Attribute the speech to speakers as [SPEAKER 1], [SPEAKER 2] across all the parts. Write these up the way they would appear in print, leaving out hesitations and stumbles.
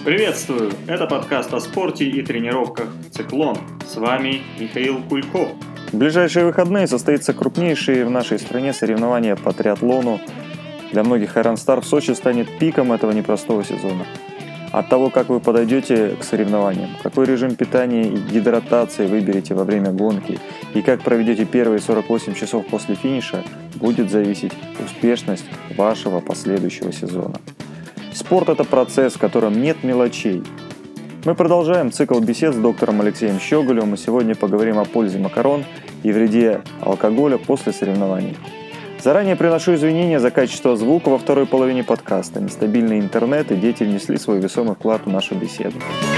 [SPEAKER 1] Приветствую! Это подкаст о спорте и тренировках «Циклон». С вами Михаил Кульков.
[SPEAKER 2] В ближайшие выходные состоится крупнейшее в нашей стране соревнование по триатлону. Для многих Iron Star в Сочи станет пиком этого непростого сезона. От того, как вы подойдете к соревнованиям, какой режим питания и гидратации выберете во время гонки и как проведете первые 48 часов после финиша, будет зависеть успешность вашего последующего сезона. Спорт – это процесс, в котором нет мелочей. Мы продолжаем цикл бесед с доктором Алексеем Щеголевым, и сегодня поговорим о пользе макарон и вреде алкоголя после соревнований. Заранее приношу извинения за качество звука во второй половине подкаста. Нестабильный интернет и дети внесли свой весомый вклад в нашу беседу.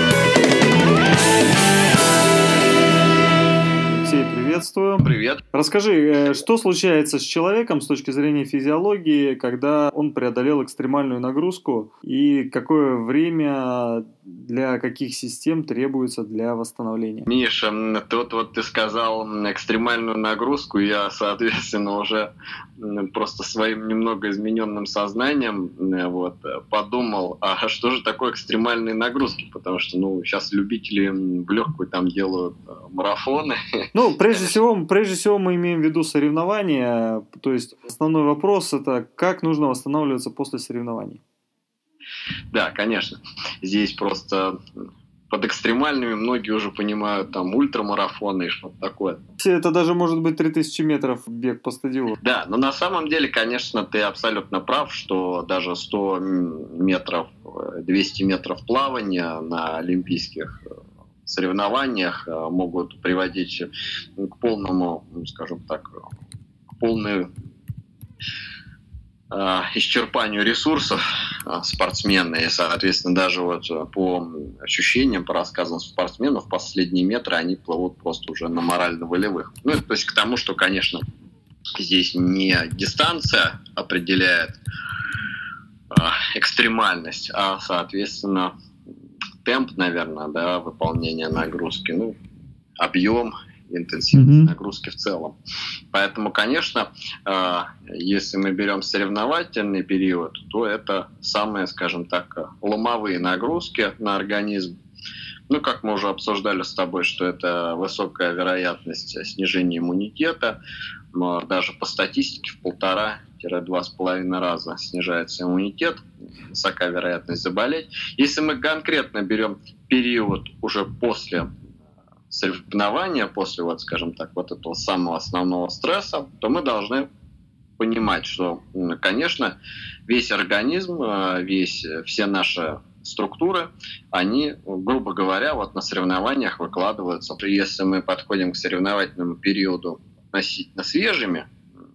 [SPEAKER 1] Алексей, приветствую.
[SPEAKER 3] Привет.
[SPEAKER 1] Расскажи, что случается с человеком с точки зрения физиологии, когда он преодолел экстремальную нагрузку, и какое время для каких систем требуется для восстановления?
[SPEAKER 3] Миша, тут вот ты сказал экстремальную нагрузку, я, соответственно, уже просто своим немного измененным сознанием подумал, а что же такое экстремальные нагрузки? Потому что, сейчас любители в легкую там делают марафоны.
[SPEAKER 1] Прежде всего мы имеем в виду соревнования, то есть основной вопрос – это как нужно восстанавливаться после соревнований.
[SPEAKER 3] Да, конечно. Здесь просто под экстремальными многие уже понимают там ультрамарафоны и что-то такое.
[SPEAKER 1] Это даже может быть 3000 метров бег по стадиону.
[SPEAKER 3] Да, но на самом деле, конечно, ты абсолютно прав, что даже 100 метров, 200 метров плавания на олимпийских соревнованиях могут приводить к полному, скажем так, к полной исчерпанию ресурсов спортсмена. И, соответственно, даже по ощущениям, по рассказам спортсменов, последние метры они плывут просто уже на морально-волевых. То есть к тому, что, конечно, здесь не дистанция определяет экстремальность, а, соответственно, темп, наверное, выполнения нагрузки, объем, интенсивность нагрузки в целом. Поэтому, конечно, если мы берем соревновательный период, то это самые, скажем так, ломовые нагрузки на организм. Как мы уже обсуждали с тобой, что это высокая вероятность снижения иммунитета, но даже по статистике в 1,5-2,5 раза снижается иммунитет, высокая вероятность заболеть. Если мы конкретно берем период уже после соревнования, после, скажем так, этого самого основного стресса, то мы должны понимать, что, конечно, весь организм, все наши структуры, они, грубо говоря, на соревнованиях выкладываются. Если мы подходим к соревновательному периоду относительно свежими,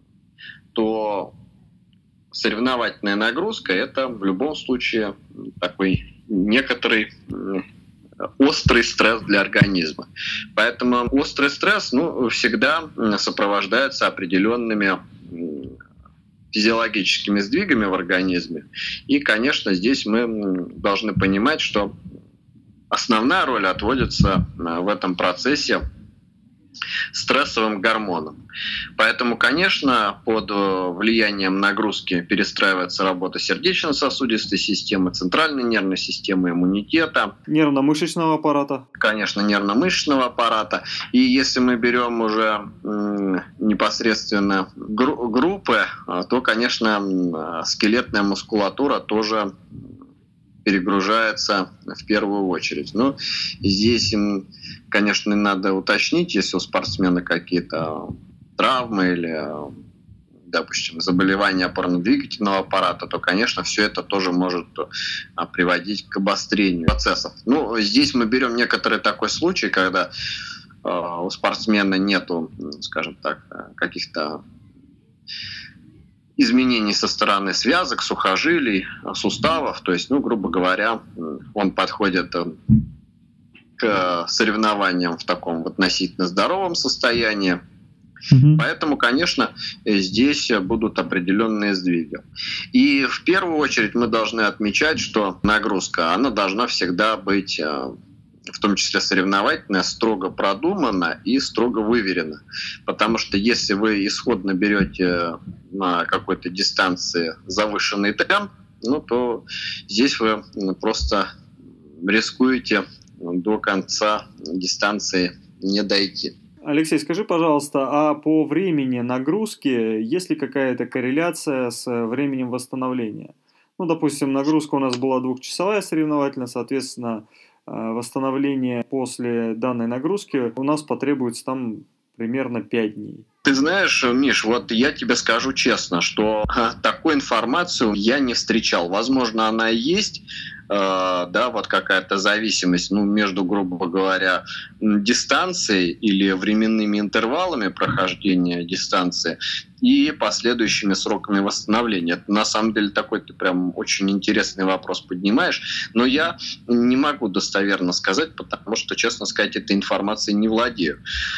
[SPEAKER 3] то соревновательная нагрузка – это в любом случае такой некоторый острый стресс для организма. Поэтому острый стресс всегда сопровождается определенными физиологическими сдвигами в организме. И, конечно, здесь мы должны понимать, что основная роль отводится в этом процессе стрессовым гормонам. Поэтому, конечно, под влиянием нагрузки перестраивается работа сердечно-сосудистой системы, центральной нервной системы, иммунитета.
[SPEAKER 1] Нервно-мышечного аппарата.
[SPEAKER 3] Конечно, нервно-мышечного аппарата. И если мы берем уже непосредственно группы, то, конечно, скелетная мускулатура тоже перегружается в первую очередь. Здесь, конечно, надо уточнить, если у спортсмена какие-то травмы или, допустим, заболевания опорно-двигательного аппарата, то, конечно, все это тоже может приводить к обострению процессов. Здесь мы берем некоторый такой случай, когда у спортсмена нету, скажем так, каких-то изменений со стороны связок, сухожилий, суставов. То есть, грубо говоря, он подходит к соревнованиям в таком относительно здоровом состоянии. Поэтому, конечно, здесь будут определенные сдвиги. И в первую очередь мы должны отмечать, что нагрузка, она должна всегда быть, в том числе соревновательная, строго продумана и строго выверена. Потому что если вы исходно берете на какой-то дистанции завышенный темп, то здесь вы просто рискуете до конца дистанции не дойти.
[SPEAKER 1] Алексей, скажи, пожалуйста, а по времени нагрузки есть ли какая-то корреляция с временем восстановления? Ну, допустим, нагрузка у нас была 2-часовая соревновательная, соответственно, восстановление после данной нагрузки у нас потребуется там примерно 5 дней.
[SPEAKER 3] Ты знаешь, Миш, вот я тебе скажу честно, что такую информацию я не встречал. Возможно, она и есть, да, вот какая-то зависимость, ну, между, грубо говоря, дистанцией или временными интервалами прохождения дистанции и последующими сроками восстановления. Это на самом деле такой ты прям очень интересный вопрос поднимаешь, но я не могу достоверно сказать, потому что, честно сказать, этой информацией не владею.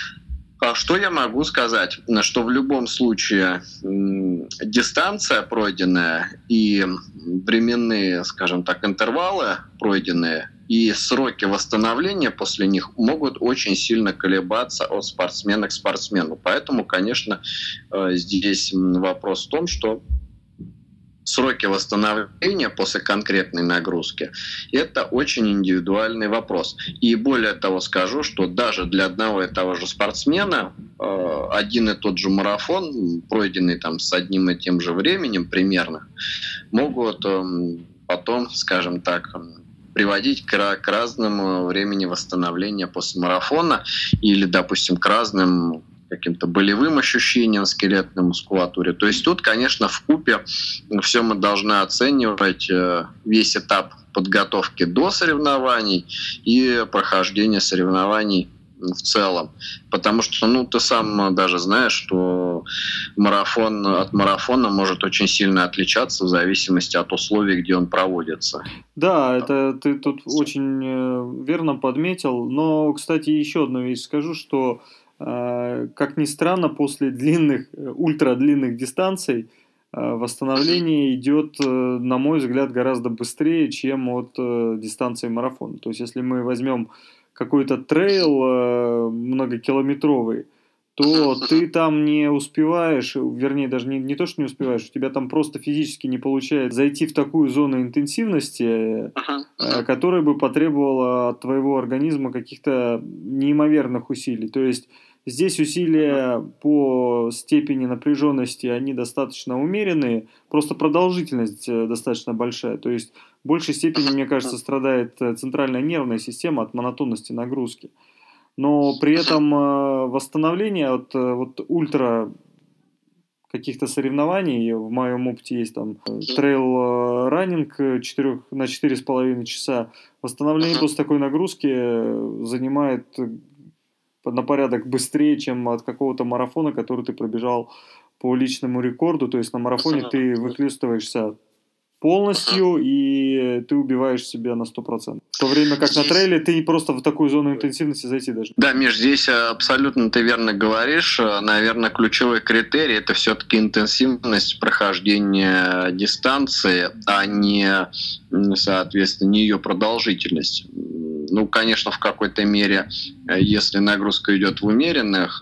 [SPEAKER 3] Что я могу сказать? Что в любом случае дистанция пройденная и временные, скажем так, интервалы пройденные и сроки восстановления после них могут очень сильно колебаться от спортсмена к спортсмену. Поэтому, конечно, здесь вопрос в том, что сроки восстановления после конкретной нагрузки – это очень индивидуальный вопрос. И более того скажу, что даже для одного и того же спортсмена один и тот же марафон, пройденный там с одним и тем же временем примерно, могут потом, скажем так, приводить к разному времени восстановления после марафона или, допустим, к разным каким-то болевым ощущениям скелетной мускулатуре. То есть тут, конечно, вкупе все мы должны оценивать весь этап подготовки до соревнований и прохождения соревнований в целом. Потому что, ну, ты сам даже знаешь, что марафон от марафона может очень сильно отличаться в зависимости от условий, где он проводится.
[SPEAKER 1] Да, это ты тут очень верно подметил. Но, кстати, еще одну вещь скажу, что как ни странно, после длинных, ультрадлинных дистанций восстановление идет, на мой взгляд, гораздо быстрее, чем от дистанции марафона. То есть, если мы возьмем какой-то трейл многокилометровый, то ты там не успеваешь, вернее, даже не то, что не успеваешь, у тебя там просто физически не получается зайти в такую зону интенсивности, которая бы потребовала от твоего организма каких-то неимоверных усилий. То есть здесь усилия по степени напряженности, они достаточно умеренные, просто продолжительность достаточно большая. То есть в большей степени, мне кажется, страдает центральная нервная система от монотонности нагрузки. Но при этом восстановление от вот ультра каких-то соревнований, в моем опыте есть там трейл-раннинг на 4,5 часа, восстановление после такой нагрузки занимает на порядок быстрее, чем от какого-то марафона, который ты пробежал по личному рекорду. То есть на марафоне ты выхлестываешься полностью, и ты убиваешь себя на 100%. В то время как на трейле ты просто в такую зону интенсивности зайти даже.
[SPEAKER 3] Да, Миш, здесь абсолютно ты верно говоришь. Наверное, ключевой критерий – это все-таки интенсивность прохождения дистанции, а не, соответственно, не ее продолжительность. Ну, конечно, в какой-то мере, если нагрузка идет в умеренных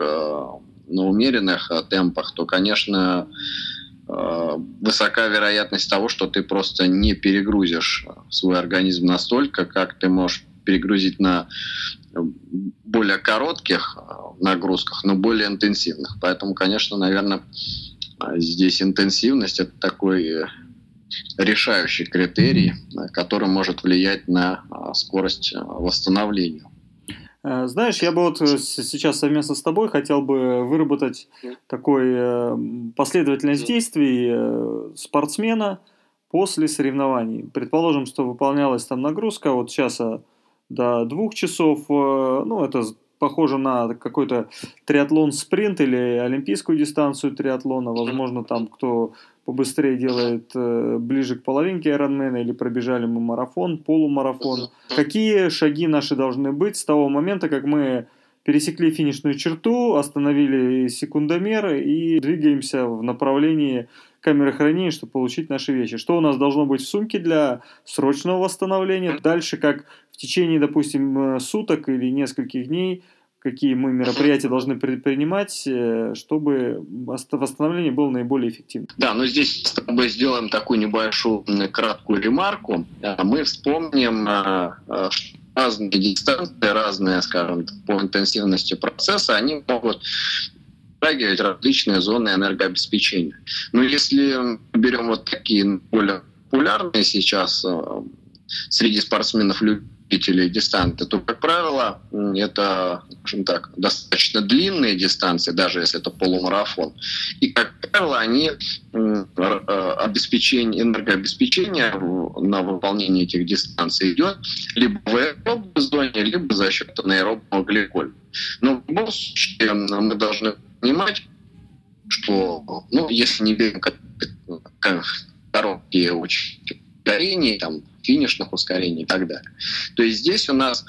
[SPEAKER 3] темпах, то, конечно, высока вероятность того, что ты просто не перегрузишь свой организм настолько, как ты можешь перегрузить на более коротких нагрузках, но более интенсивных. Поэтому, конечно, наверное, здесь интенсивность – это такой решающий критерий, который может влиять на скорость восстановления.
[SPEAKER 1] Знаешь, я бы вот сейчас совместно с тобой хотел бы выработать такой последовательность действий спортсмена после соревнований. Предположим, что выполнялась там нагрузка от часа до 2 часов. Ну, это похоже на какой-то триатлон-спринт или олимпийскую дистанцию триатлона. Возможно, там кто побыстрее делает ближе к половинке Ironman, или пробежали мы марафон, полумарафон. Какие шаги наши должны быть с того момента, как мы пересекли финишную черту, остановили секундомер и двигаемся в направлении камеры хранения, чтобы получить наши вещи? Что у нас должно быть в сумке для срочного восстановления? Дальше, как в течение, допустим, суток или нескольких дней какие мы мероприятия должны предпринимать, чтобы восстановление было наиболее эффективным.
[SPEAKER 3] Да, но здесь с тобой сделаем такую небольшую краткую ремарку. Мы вспомним разные дистанции, разные, скажем, по интенсивности процесса, они могут затрагивать различные зоны энергообеспечения. Но если берем вот такие более популярные сейчас среди спортсменов-любителей дистанции, то, как правило, это, скажем так, достаточно длинные дистанции, даже если это полумарафон. И, как правило, они энергообеспечение на выполнение этих дистанций идет либо в аэробной зоне, либо за счет анаэробного гликоля. Но в любом случае мы должны понимать, что, если не берем короткие ускорений, там, финишных ускорений и так далее, то есть здесь у нас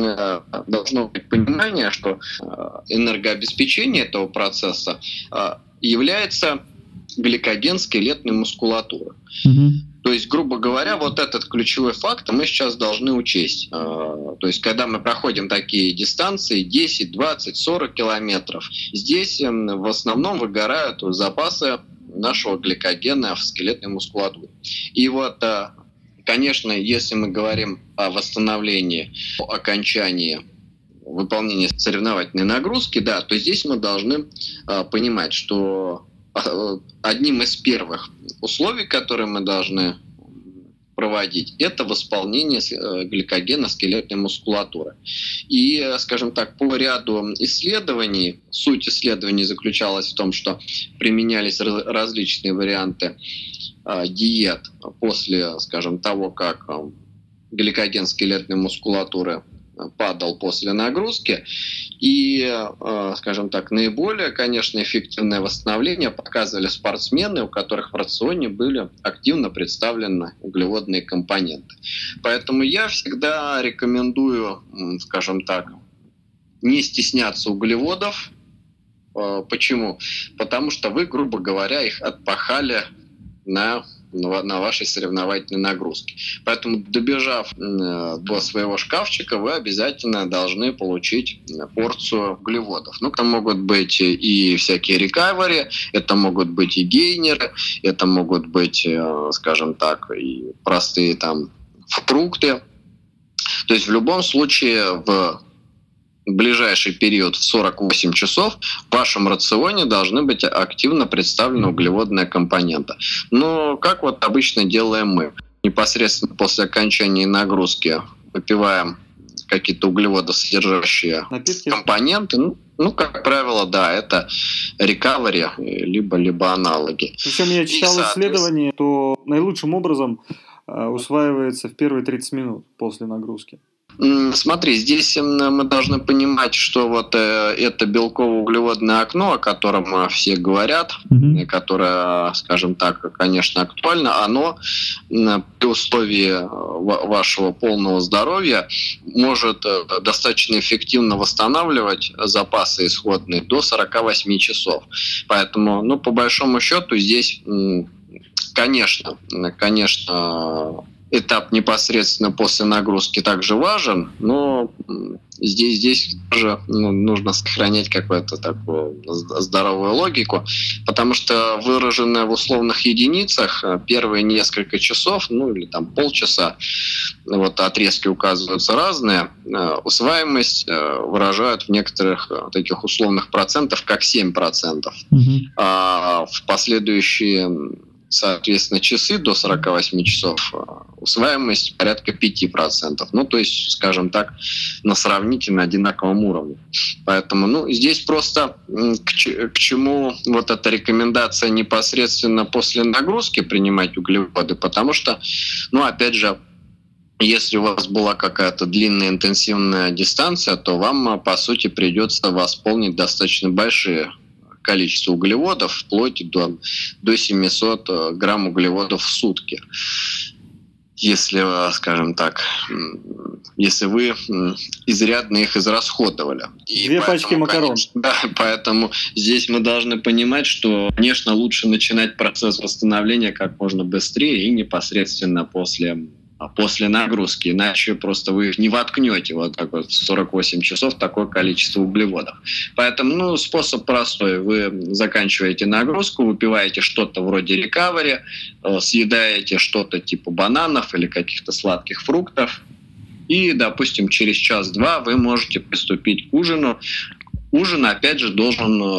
[SPEAKER 3] должно быть понимание, что энергообеспечение этого процесса является гликоген скелетной мускулатуры. То есть, грубо говоря, вот этот ключевой фактор мы сейчас должны учесть. То есть, когда мы проходим такие дистанции 10, 20, 40 километров, здесь в основном выгорают запасы нашего гликогена в скелетной мускулатуре. И вот, конечно, если мы говорим о восстановлении, о окончании выполнения соревновательной нагрузки, да, то здесь мы должны понимать, что одним из первых условий, которые мы должны проводить, это восполнение гликогена скелетной мускулатуры. И, скажем так, по ряду исследований, суть исследований заключалась в том, что применялись различные варианты диет после, скажем, того, как гликоген скелетной мускулатуры падал после нагрузки. И, скажем так, наиболее, конечно, эффективное восстановление показывали спортсмены, у которых в рационе были активно представлены углеводные компоненты. Поэтому я всегда рекомендую, скажем так, не стесняться углеводов. Почему? Потому что вы, грубо говоря, их отпахали на вашей соревновательной нагрузке. Поэтому, добежав до своего шкафчика, вы обязательно должны получить порцию углеводов. Это могут быть и всякие рекавери, это могут быть и гейнеры, это могут быть, скажем так, и простые там фрукты. То есть в любом случае в ближайший период в 48 часов в вашем рационе должны быть активно представлены углеводные компоненты. Но как вот обычно делаем мы? Непосредственно после окончания нагрузки выпиваем какие-то углеводосодержащие компоненты. Как правило, да, это рекавери, либо аналоги.
[SPEAKER 1] Причем я читал исследование, что наилучшим образом усваивается в первые 30 минут после нагрузки.
[SPEAKER 3] Смотри, здесь мы должны понимать, что вот это белково-углеводное окно, о котором все говорят, которое, скажем так, конечно, актуально, оно при условии вашего полного здоровья может достаточно эффективно восстанавливать запасы исходные до 48 часов. Поэтому, по большому счету, здесь, конечно, этап непосредственно после нагрузки также важен, но здесь тоже нужно сохранять какую-то такую здоровую логику, потому что выраженная в условных единицах первые несколько часов, или там полчаса, отрезки указываются разные, усваиваемость выражают в некоторых таких условных процентах как 7%, а в последующие соответственно, часы до 48 часов, усваиваемость порядка 5%. То есть, скажем так, на сравнительно одинаковом уровне. Поэтому, здесь просто к чему вот эта рекомендация непосредственно после нагрузки принимать углеводы, потому что, опять же, если у вас была какая-то длинная интенсивная дистанция, то вам, по сути, придется восполнить достаточно большие количество углеводов, вплоть до 700 грамм углеводов в сутки. Если, скажем так, если вы изрядно их израсходовали.
[SPEAKER 1] Две пачки макарон.
[SPEAKER 3] Поэтому здесь мы должны понимать, что, конечно, лучше начинать процесс восстановления как можно быстрее и непосредственно после после нагрузки, иначе просто вы их не воткнете вот так вот в 48 часов такое количество углеводов. Поэтому способ простой. Вы заканчиваете нагрузку, выпиваете что-то вроде рекавери, съедаете что-то типа бананов или каких-то сладких фруктов, и, допустим, через час-два вы можете приступить к ужину. Ужин, опять же, должен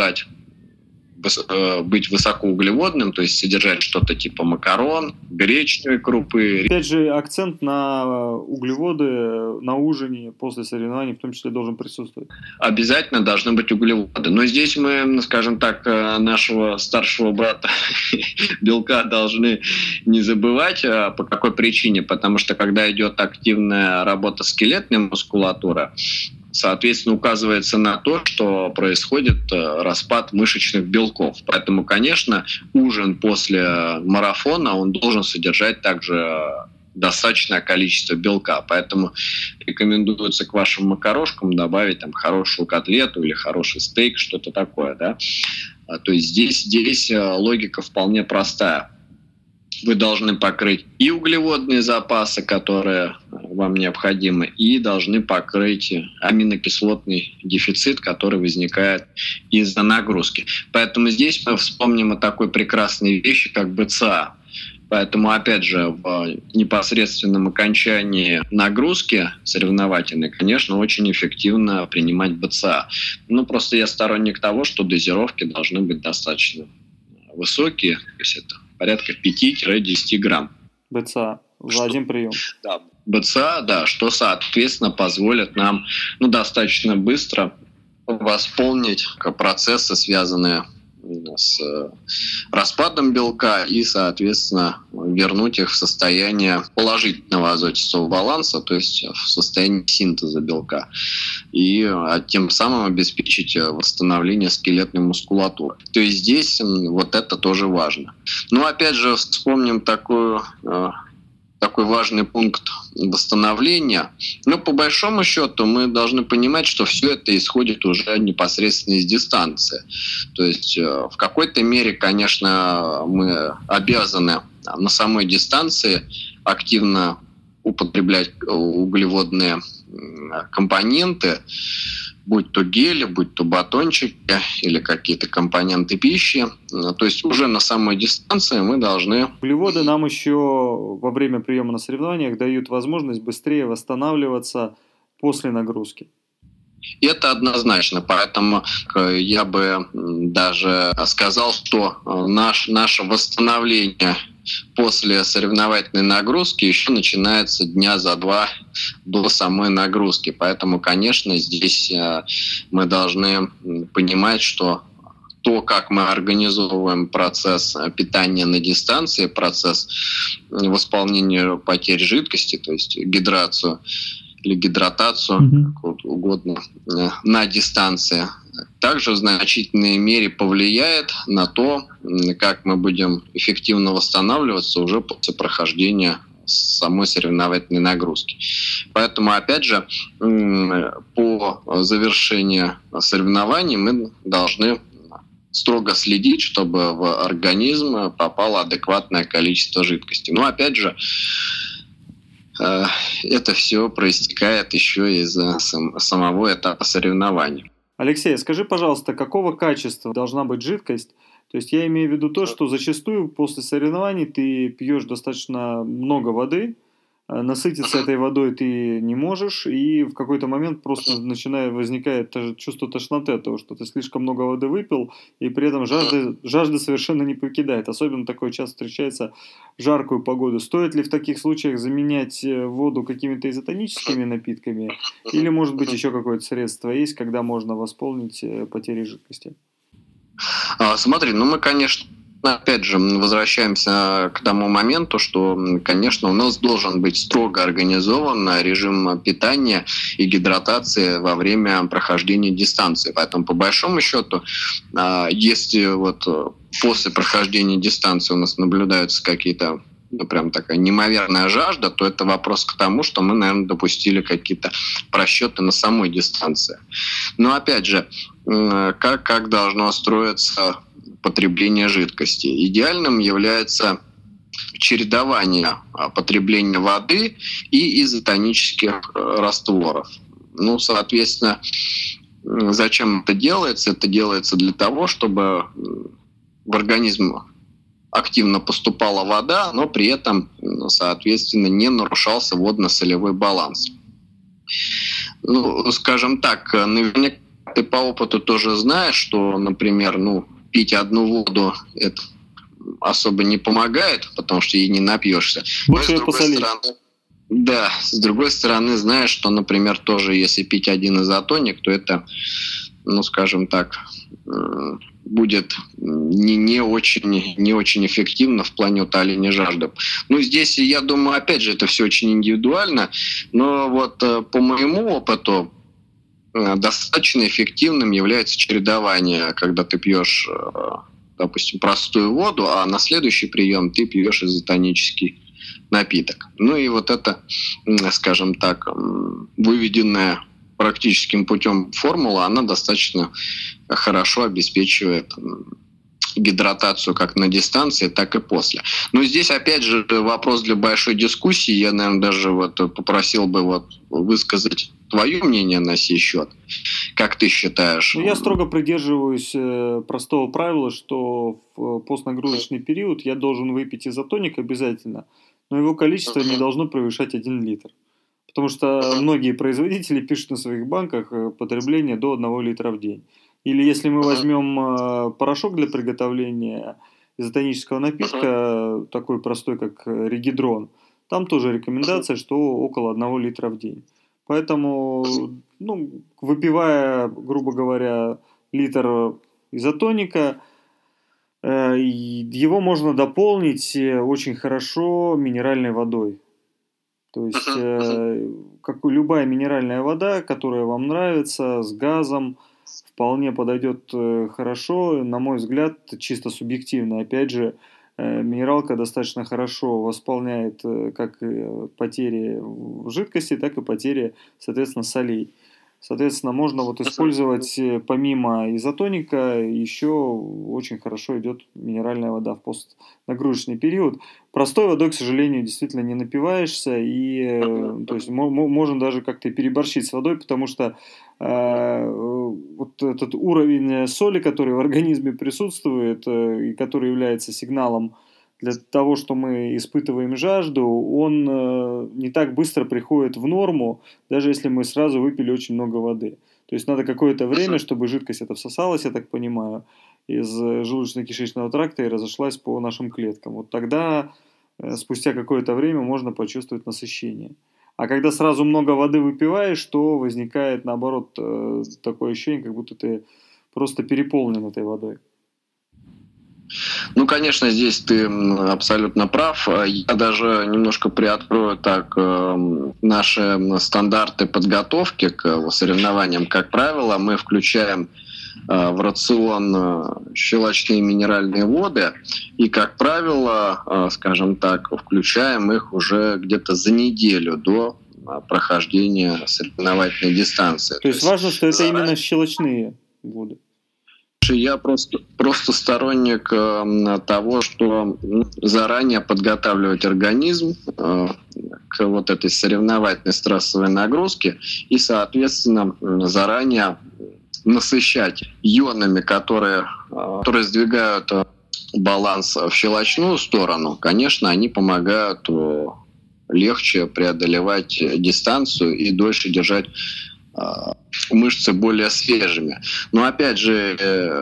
[SPEAKER 3] быть высокоуглеводным, то есть содержать что-то типа макарон, гречневой крупы.
[SPEAKER 1] Опять же, акцент на углеводы на ужине после соревнований в том числе должен присутствовать.
[SPEAKER 3] Обязательно должны быть углеводы. Но здесь мы, скажем так, нашего старшего брата белка должны не забывать. По какой причине? Потому что когда идет активная работа скелетной мускулатуры, соответственно, указывается на то, что происходит распад мышечных белков. Поэтому, конечно, ужин после марафона, он должен содержать также достаточное количество белка. Поэтому рекомендуется к вашим макарошкам добавить там хорошую котлету или хороший стейк, что-то такое. Да? То есть здесь логика вполне простая. Вы должны покрыть и углеводные запасы, которые вам необходимы, и должны покрыть аминокислотный дефицит, который возникает из-за нагрузки. Поэтому здесь мы вспомним о такой прекрасной вещи, как БЦА. Поэтому, опять же, в непосредственном окончании нагрузки соревновательной, конечно, очень эффективно принимать БЦА. Просто я сторонник того, что дозировки должны быть достаточно высокие, то есть это порядка 5-10 грамм.
[SPEAKER 1] БЦА за один прием.
[SPEAKER 3] Да, БЦА, да, что, соответственно, позволит нам достаточно быстро восполнить процессы, связанные с распадом белка, и, соответственно, вернуть их в состояние положительного азотистого баланса, то есть в состояние синтеза белка, и тем самым обеспечить восстановление скелетной мускулатуры. То есть здесь вот это тоже важно. Опять же, вспомним такой важный пункт восстановления. По большому счету мы должны понимать, что все это исходит уже непосредственно из дистанции. То есть в какой-то мере, конечно, мы обязаны на самой дистанции активно употреблять углеводные компоненты, будь то гели, будь то батончики или какие-то компоненты пищи. То есть уже на самой дистанции мы должны...
[SPEAKER 1] Углеводы нам еще во время приема на соревнованиях дают возможность быстрее восстанавливаться после нагрузки.
[SPEAKER 3] Это однозначно, поэтому я бы даже сказал, что наше восстановление после соревновательной нагрузки еще начинается дня за два до самой нагрузки. Поэтому, конечно, здесь мы должны понимать, что то, как мы организовываем процесс питания на дистанции, процесс восполнения потерь жидкости, то есть гидрацию или гидратацию, как вот угодно, на дистанции, также в значительной мере повлияет на то, как мы будем эффективно восстанавливаться уже после прохождения самой соревновательной нагрузки. Поэтому, опять же, по завершении соревнований мы должны строго следить, чтобы в организм попало адекватное количество жидкости. Опять же, это все проистекает еще из самого этапа соревнований.
[SPEAKER 1] Алексей, скажи, пожалуйста, какого качества должна быть жидкость? То есть я имею в виду то, что зачастую после соревнований ты пьешь достаточно много воды, насытиться этой водой ты не можешь, и в какой-то момент просто возникает чувство тошноты от того, что ты слишком много воды выпил, и при этом жажда совершенно не покидает. Особенно такое часто встречается в жаркую погоду. Стоит ли в таких случаях заменять воду какими-то изотоническими напитками, или, может быть, еще какое-то средство есть, когда можно восполнить потери жидкости?
[SPEAKER 3] Смотри, мы, конечно, опять же, возвращаемся к тому моменту, что, конечно, у нас должен быть строго организован режим питания и гидратации во время прохождения дистанции. Поэтому, по большому счету, если после прохождения дистанции у нас наблюдаются какие-то прям такая неимоверная жажда, то это вопрос к тому, что мы, наверное, допустили какие-то просчеты на самой дистанции. Но, опять же, как должно строиться потребление жидкости? Идеальным является чередование потребления воды и изотонических растворов. Ну, соответственно, зачем это делается? Это делается для того, чтобы в организм активно поступала вода, но при этом, соответственно, не нарушался водно-солевой баланс. Ну, скажем так, наверняка ты по опыту тоже знаешь, что, например, пить одну воду это особо не помогает, потому что ей не напьешься.
[SPEAKER 1] Лучше ее посолить.
[SPEAKER 3] Да, с другой стороны, знаешь, что, например, тоже если пить один изотоник, то это, скажем так, будет не очень эффективно в плане утоления жажды. Здесь, я думаю, опять же, это все очень индивидуально, но вот по моему опыту достаточно эффективным является чередование, когда ты пьешь, допустим, простую воду, а на следующий прием ты пьешь изотонический напиток. И вот это, скажем так, выведенная практическим путем формула, она достаточно хорошо обеспечивает гидратацию как на дистанции, так и после. Но здесь, опять же, вопрос для большой дискуссии. Я, наверное, даже попросил бы высказать твое мнение на сей счет. Как ты считаешь?
[SPEAKER 1] Я строго придерживаюсь простого правила, что в постнагрузочный период я должен выпить изотоник обязательно, но его количество не должно превышать 1 литр. Потому что многие производители пишут на своих банках потребление до 1 литра в день. Или если мы возьмем порошок для приготовления изотонического напитка, такой простой, как Регидрон, там тоже рекомендация, что около 1 литра в день. Поэтому, выпивая, грубо говоря, литр изотоника, его можно дополнить очень хорошо минеральной водой. То есть любая минеральная вода, которая вам нравится, с газом, вполне подойдет хорошо. На мой взгляд, чисто субъективно. Опять же, минералка достаточно хорошо восполняет как потери жидкости, так и потери, соответственно, солей. Соответственно, можно использовать помимо изотоника еще очень хорошо идет минеральная вода в постнагрузочный период. Простой водой, к сожалению, действительно не напиваешься, и то есть можно даже как-то переборщить с водой, потому что этот уровень соли, который в организме присутствует и который является сигналом для того, что мы испытываем жажду, он не так быстро приходит в норму, даже если мы сразу выпили очень много воды. То есть надо какое-то время, чтобы жидкость эта всосалась, я так понимаю, из желудочно-кишечного тракта и разошлась по нашим клеткам. Вот тогда, спустя какое-то время, можно почувствовать насыщение. А когда сразу много воды выпиваешь, то возникает, наоборот, такое ощущение, как будто ты просто переполнен этой водой.
[SPEAKER 3] Конечно, здесь ты абсолютно прав. Я даже немножко приоткрою так наши стандарты подготовки к соревнованиям. Как правило, мы включаем в рацион щелочные минеральные воды и, как правило, скажем так, включаем их уже где-то за неделю до прохождения соревновательной дистанции.
[SPEAKER 1] То есть важно, что это именно щелочные воды?
[SPEAKER 3] Я просто сторонник того, что заранее подготавливать организм к этой соревновательной стрессовой нагрузке и, соответственно, заранее насыщать ионами, которые сдвигают баланс в щелочную сторону. Конечно, они помогают легче преодолевать дистанцию и дольше держать мышцы более свежими. Но опять же,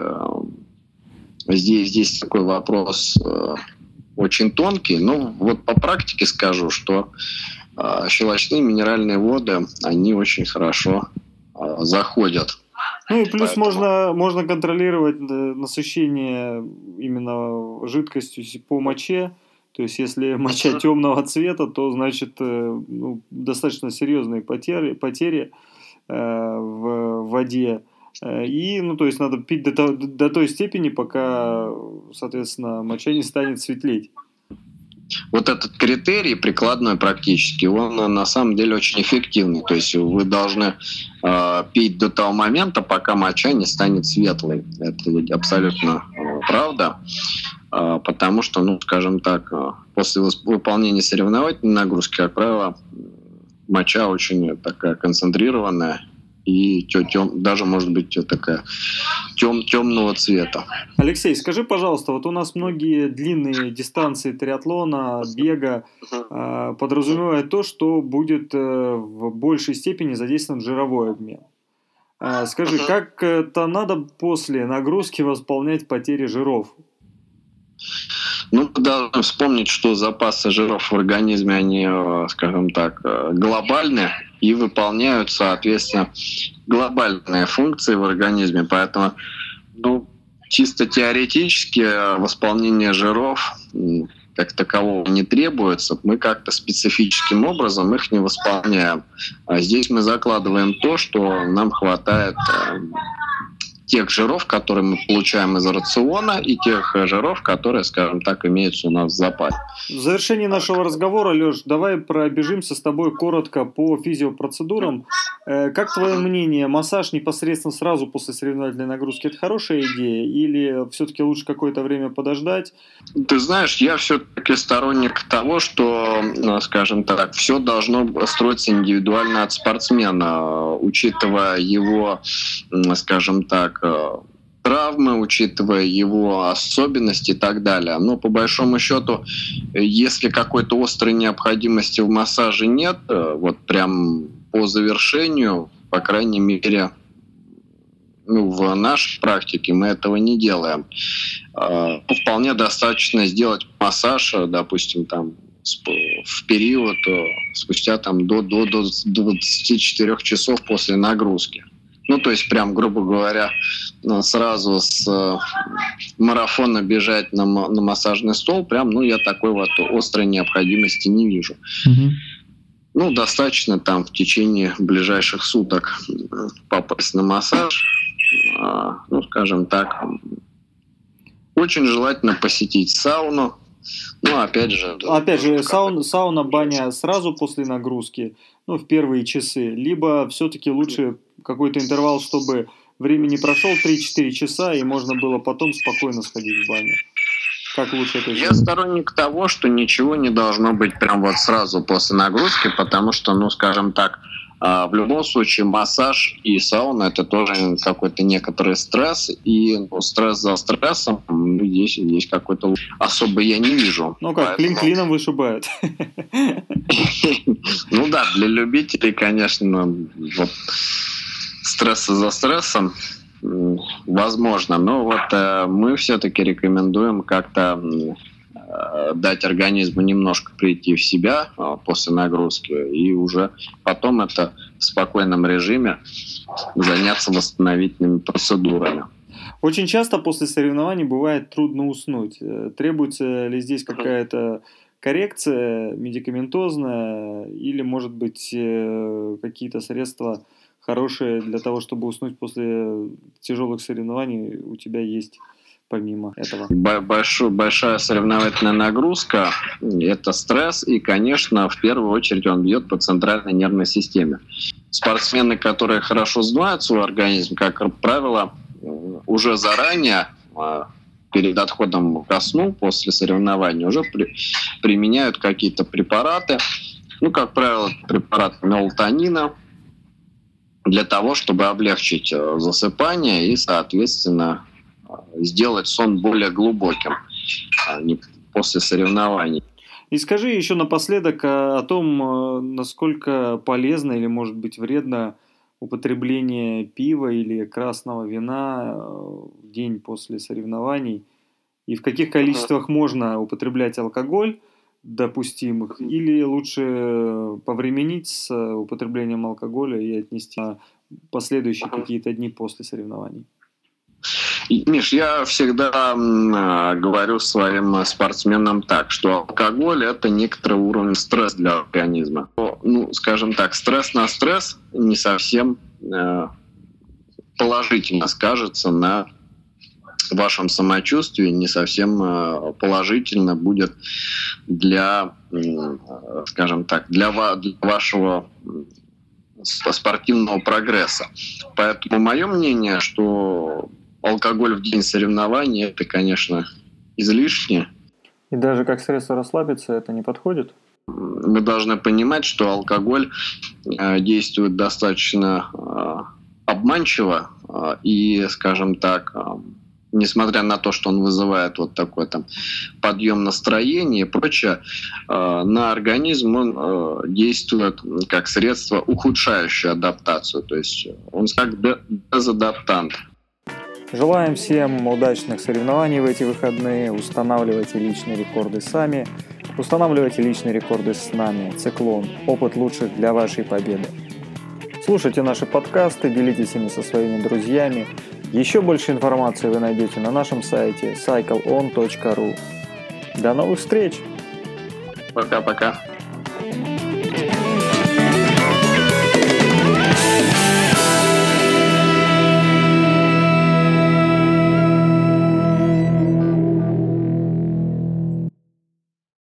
[SPEAKER 3] здесь такой вопрос очень тонкий. Но по практике скажу, что щелочные минеральные воды, они очень хорошо заходят.
[SPEAKER 1] И плюс можно контролировать насыщение именно жидкостью по моче. То есть, если моча темного цвета, то значит достаточно серьезные потери в воде. И, то есть, надо пить до той степени, пока, соответственно, моча не станет светлеть.
[SPEAKER 3] Вот этот критерий прикладной практически, он на самом деле очень эффективный. То есть вы должны пить до того момента, пока моча не станет светлой. Это абсолютно правда. потому что, ну, скажем так, после выполнения соревновательной нагрузки, как правило, моча очень такая концентрированная и даже, может быть, такая темного цвета.
[SPEAKER 1] Алексей, скажи, пожалуйста, вот у нас многие длинные дистанции триатлона, бега подразумевают то, что будет в большей степени задействован жировой обмен. Скажи, как это надо после нагрузки восполнять потери жиров?
[SPEAKER 3] Ну, должны вспомнить, что запасы жиров в организме, они, скажем так, глобальны и выполняют, соответственно, глобальные функции в организме. Поэтому, ну, чисто теоретически восполнение жиров как такового не требуется. Мы как-то специфическим образом их не восполняем. А здесь мы закладываем то, что нам хватает тех жиров, которые мы получаем из рациона, и тех жиров, которые, скажем так, имеются у нас в запасе.
[SPEAKER 1] В завершении нашего разговора, Лёш, давай пробежимся с тобой коротко по физиопроцедурам. Как твое мнение, массаж непосредственно сразу после соревновательной нагрузки – это хорошая идея или все-таки лучше какое-то время подождать?
[SPEAKER 3] Ты знаешь, я все-таки сторонник того, что, скажем так, все должно строиться индивидуально от спортсмена, учитывая его, скажем так, травмы, учитывая его особенности и так далее. Но по большому счету, если какой-то острой необходимости в массаже нет, вот прям по завершению, по крайней мере, ну, в нашей практике мы этого не делаем. Вполне достаточно сделать массаж, допустим, там в период спустя там, до 24 часов после нагрузки. Ну, то есть, прям, грубо говоря, сразу с марафона бежать на массажный стол, прям, ну, я такой вот острой необходимости не вижу. Ну, достаточно там в течение ближайших суток попасть на массаж. Ну, скажем так, очень желательно посетить сауну. Ну, опять же,
[SPEAKER 1] сауна, баня сразу после нагрузки, ну, в первые часы, либо все-таки лучше какой-то интервал, чтобы времени прошел 3-4 часа, и можно было потом спокойно сходить в баню. Как лучше это сделать?
[SPEAKER 3] Я сторонник того, что ничего не должно быть прям вот сразу после нагрузки, потому что, ну, скажем так, в любом случае массаж и сауна — это тоже какой-то некоторый стресс, и стресс за стрессом здесь какой-то особо я не вижу.
[SPEAKER 1] Ну как, клин клином вышибают.
[SPEAKER 3] Ну да, для любителей, конечно, вот стресса за стрессом возможно, но вот мы все-таки рекомендуем как-то дать организму немножко прийти в себя после нагрузки и уже потом это в спокойном режиме заняться восстановительными процедурами.
[SPEAKER 1] Очень часто после соревнований бывает трудно уснуть. Требуется ли здесь какая-то коррекция медикаментозная или, может быть, какие-то средства хорошие для того, чтобы уснуть после тяжелых соревнований у тебя есть? Помимо этого?
[SPEAKER 3] Большая соревновательная нагрузка – это стресс, и, конечно, в первую очередь он бьет по центральной нервной системе. Спортсмены, которые хорошо знают свой организм, как правило, уже заранее, перед отходом ко сну, после соревнований, уже применяют какие-то препараты, ну, как правило, препарат мелатонина, для того, чтобы облегчить засыпание и, соответственно, сделать сон более глубоким после соревнований.
[SPEAKER 1] И скажи еще напоследок о том, насколько полезно или, может быть, вредно употребление пива или красного вина в день после соревнований, и в каких количествах можно употреблять алкоголь допустимых, или лучше повременить с употреблением алкоголя и отнести на последующие какие-то дни после соревнований?
[SPEAKER 3] Миш, я всегда говорю своим спортсменам так, что алкоголь — это некоторый уровень стресса для организма. Ну, скажем так, стресс на стресс не совсем положительно скажется на вашем самочувствии, не совсем положительно будет для, скажем так, для вашего спортивного прогресса. Поэтому мое мнение, что алкоголь в день соревнований — это, конечно, излишне.
[SPEAKER 2] И даже как средство расслабиться это не подходит?
[SPEAKER 3] Мы должны понимать, что алкоголь действует достаточно обманчиво и, скажем так, несмотря на то, что он вызывает вот такой там подъем настроения и прочее, на организм он действует как средство, ухудшающее адаптацию. То есть он как дезадаптант.
[SPEAKER 2] Желаем всем удачных соревнований в эти выходные. Устанавливайте личные рекорды сами. Устанавливайте личные рекорды с нами. Циклон. Опыт лучших для вашей победы. Слушайте наши подкасты, делитесь ими со своими друзьями. Еще больше информации вы найдете на нашем сайте cycleon.ru. До новых встреч!
[SPEAKER 3] Пока-пока.